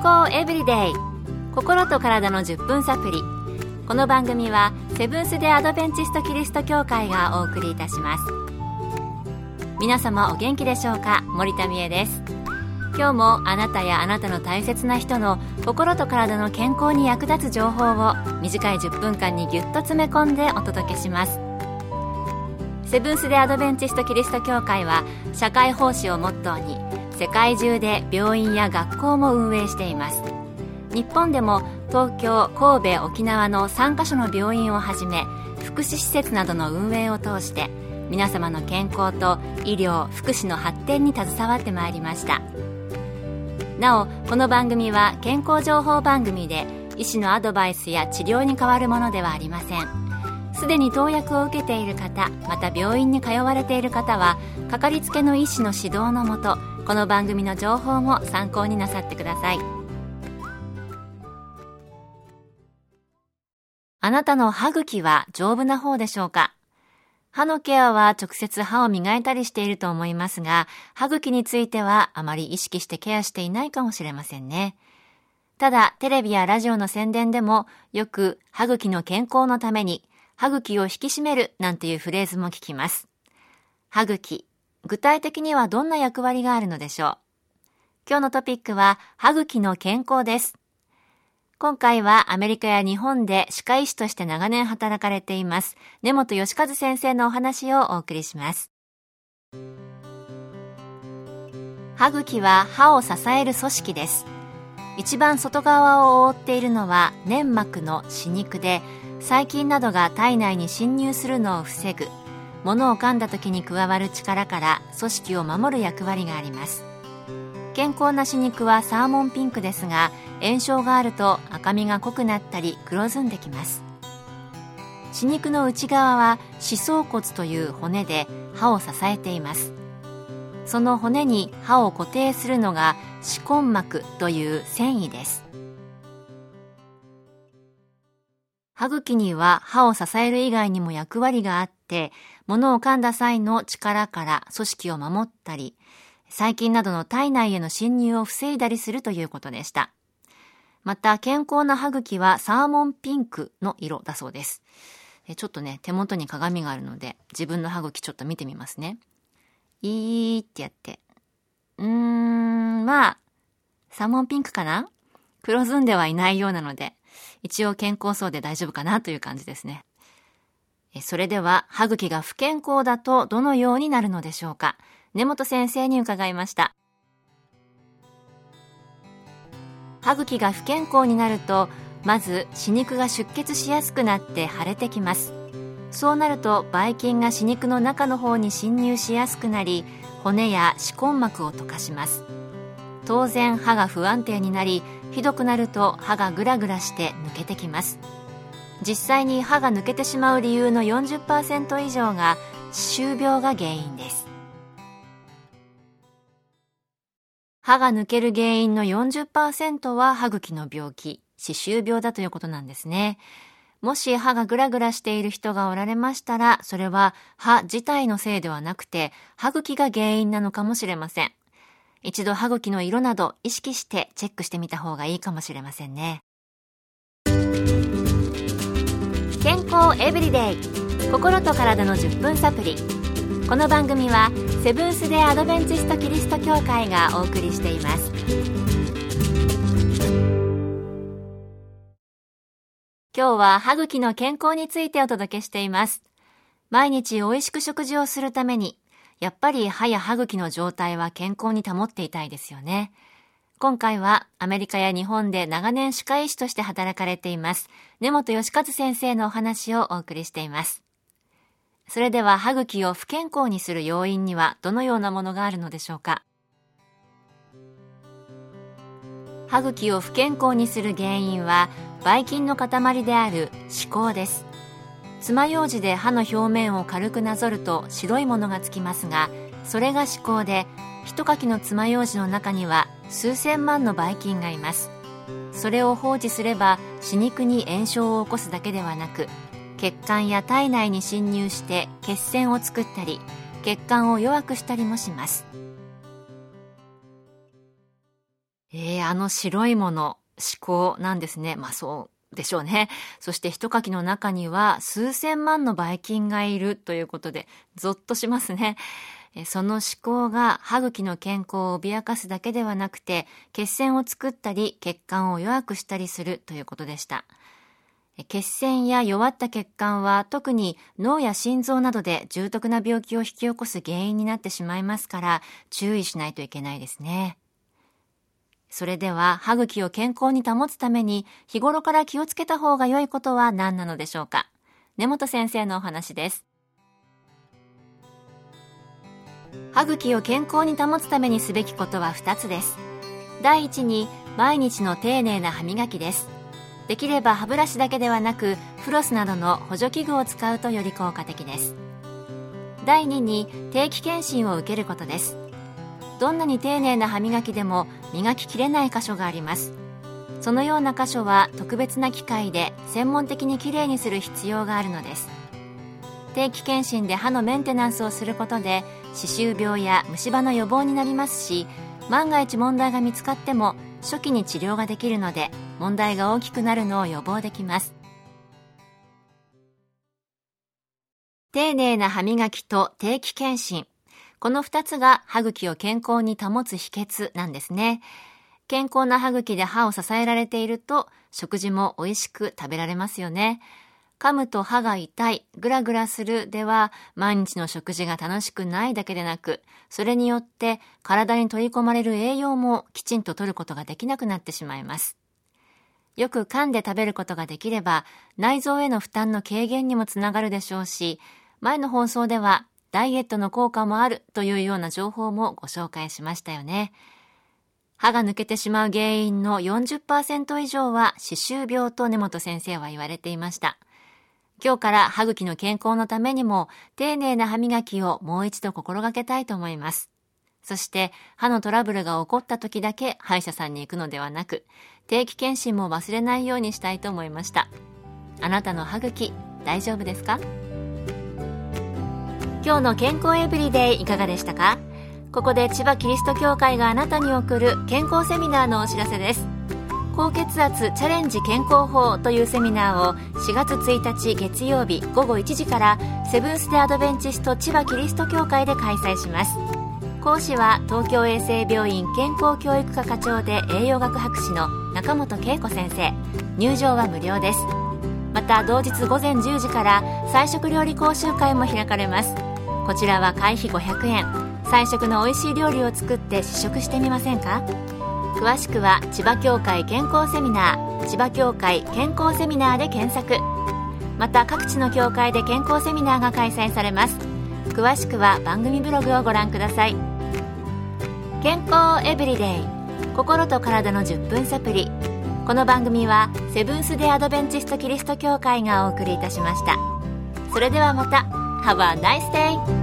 康エブリデイ、心と体の10分サプリ。この番組はセブンス・デ・アドベンチスト・キリスト教会がお送りいたします。皆様お元気でしょうか。森田美恵です。今日もあなたやあなたの大切な人の心と体の健康に役立つ情報を短い10分間にぎゅっと詰め込んでお届けします。セブンス・デ・アドベンチスト・キリスト教会は社会奉仕をモットーに世界中で病院や学校も運営しています。日本でも東京、神戸、沖縄の3カ所の病院をはじめ福祉施設などの運営を通して皆様の健康と医療・福祉の発展に携わってまいりました。なお、この番組は健康情報番組で医師のアドバイスや治療に代わるものではありません。すでに投薬を受けている方、また病院に通われている方はかかりつけの医師の指導のもと、この番組の情報も参考になさってください。あなたの歯茎は丈夫な方でしょうか。歯のケアは直接歯を磨いたりしていると思いますが、歯茎についてはあまり意識してケアしていないかもしれませんね。ただ、テレビやラジオの宣伝でもよく歯茎の健康のために歯茎を引き締めるなんていうフレーズも聞きます。歯茎、具体的にはどんな役割があるのでしょう。今日のトピックは歯茎の健康です。今回はアメリカや日本で歯科医師として長年働かれています根本義和先生のお話をお送りします。歯茎は歯を支える組織です。一番外側を覆っているのは粘膜の歯肉で、細菌などが体内に侵入するのを防ぐ、物を噛んだ時に加わる力から組織を守る役割があります。健康な歯肉はサーモンピンクですが、炎症があると赤みが濃くなったり黒ずんできます。歯肉の内側は歯槽骨という骨で歯を支えています。その骨に歯を固定するのが歯根膜という繊維です。歯茎には歯を支える以外にも役割があって、物を噛んだ際の力から組織を守ったり、細菌などの体内への侵入を防いだりするということでした。また、健康な歯茎はサーモンピンクの色だそうです。ちょっとね、手元に鏡があるので、自分の歯茎ちょっと見てみますね。ってやって。まあ、サーモンピンクかな？黒ずんではいないようなので、一応健康そうで大丈夫かなという感じですね。それでは、歯茎が不健康だとどのようになるのでしょうか。根本先生に伺いました。歯茎が不健康になると、まず歯肉が出血しやすくなって腫れてきます。そうなるとばい菌が歯肉の中の方に侵入しやすくなり、骨や歯根膜を溶かします。当然歯が不安定になり、ひどくなると歯がグラグラして抜けてきます。実際に歯が抜けてしまう理由の 40% 以上が歯周病が原因です。歯が抜ける原因の 40% は歯茎の病気、歯周病だということなんですね。もし歯がグラグラしている人がおられましたら、それは歯自体のせいではなくて、歯茎が原因なのかもしれません。一度歯茎の色など意識してチェックしてみた方がいいかもしれませんね。健康エブリデイ、心と体の10分サプリ。この番組はセブンス・デ・アドベンチスト・キリスト教会がお送りしています。今日は歯茎の健康についてお届けしています。毎日美味しく食事をするために、やっぱり歯や歯茎の状態は健康に保っていたいですよね。今回はアメリカや日本で長年歯科医師として働かれています根本義和先生のお話をお送りしています。それでは歯茎を不健康にする要因にはどのようなものがあるのでしょうか。歯茎を不健康にする原因はばい菌の塊である歯垢です。爪楊枝で歯の表面を軽くなぞると白いものがつきますが、それが歯垢で、一かきの爪楊枝の中には数千万のばい菌がいます。それを放置すれば歯肉に炎症を起こすだけではなく、血管や体内に侵入して血栓を作ったり、血管を弱くしたりもします。 あの白いもの、歯垢なんですね。そうでしょうね。そして一かきの中には数千万のばい菌がいるということで、ゾッとしますね。その歯垢が歯茎の健康を脅かすだけではなくて、血栓を作ったり血管を弱くしたりするということでした。血栓や弱った血管は特に脳や心臓などで重篤な病気を引き起こす原因になってしまいますから、注意しないといけないですね。それでは歯茎を健康に保つために日頃から気をつけた方が良いことは何なのでしょうか。根本先生のお話です。歯茎を健康に保つためにすべきことは2つです。第一に、毎日の丁寧な歯磨きです。できれば歯ブラシだけではなくフロスなどの補助器具を使うとより効果的です。第2に、定期検診を受けることです。どんなに丁寧な歯磨きでも磨ききれない箇所があります。そのような箇所は特別な機械で専門的にきれいにする必要があるのです。定期検診で歯のメンテナンスをすることで歯周病や虫歯の予防になりますし、万が一問題が見つかっても初期に治療ができるので問題が大きくなるのを予防できます。丁寧な歯磨きと定期検診、この2つが歯茎を健康に保つ秘訣なんですね。健康な歯茎で歯を支えられていると食事も美味しく食べられますよね。噛むと歯が痛い、グラグラするでは毎日の食事が楽しくないだけでなく、それによって体に取り込まれる栄養もきちんと摂ることができなくなってしまいます。よく噛んで食べることができれば内臓への負担の軽減にもつながるでしょうし、前の放送ではダイエットの効果もあるというような情報もご紹介しましたよね。歯が抜けてしまう原因の 40% 以上は歯周病と根本先生は言われていました。今日から歯茎の健康のためにも丁寧な歯磨きをもう一度心がけたいと思います。そして歯のトラブルが起こった時だけ歯医者さんに行くのではなく、定期検診も忘れないようにしたいと思いました。あなたの歯茎大丈夫ですか？今日の健康エブリデイいかがでしたか？ここで千葉キリスト教会があなたに送る健康セミナーのお知らせです。高血圧チャレンジ健康法というセミナーを4月1日月曜日午後1時からセブンス・デ・アドベンチスト千葉キリスト教会で開催します。講師は東京衛生病院健康教育科課長で栄養学博士の中本恵子先生。入場は無料です。また同日午前10時から菜食料理講習会も開かれます。こちらは会費500円。菜食の美味しい料理を作って試食してみませんか？詳しくは千葉協会健康セミナー、千葉協会健康セミナーで検索。また各地の協会で健康セミナーが開催されます。詳しくは番組ブログをご覧ください。健康エブリデイ、心と体の10分サプリ。この番組はセブンス・デ・アドベンチスト・キリスト教会がお送りいたしました。それではまた。Have a nice day!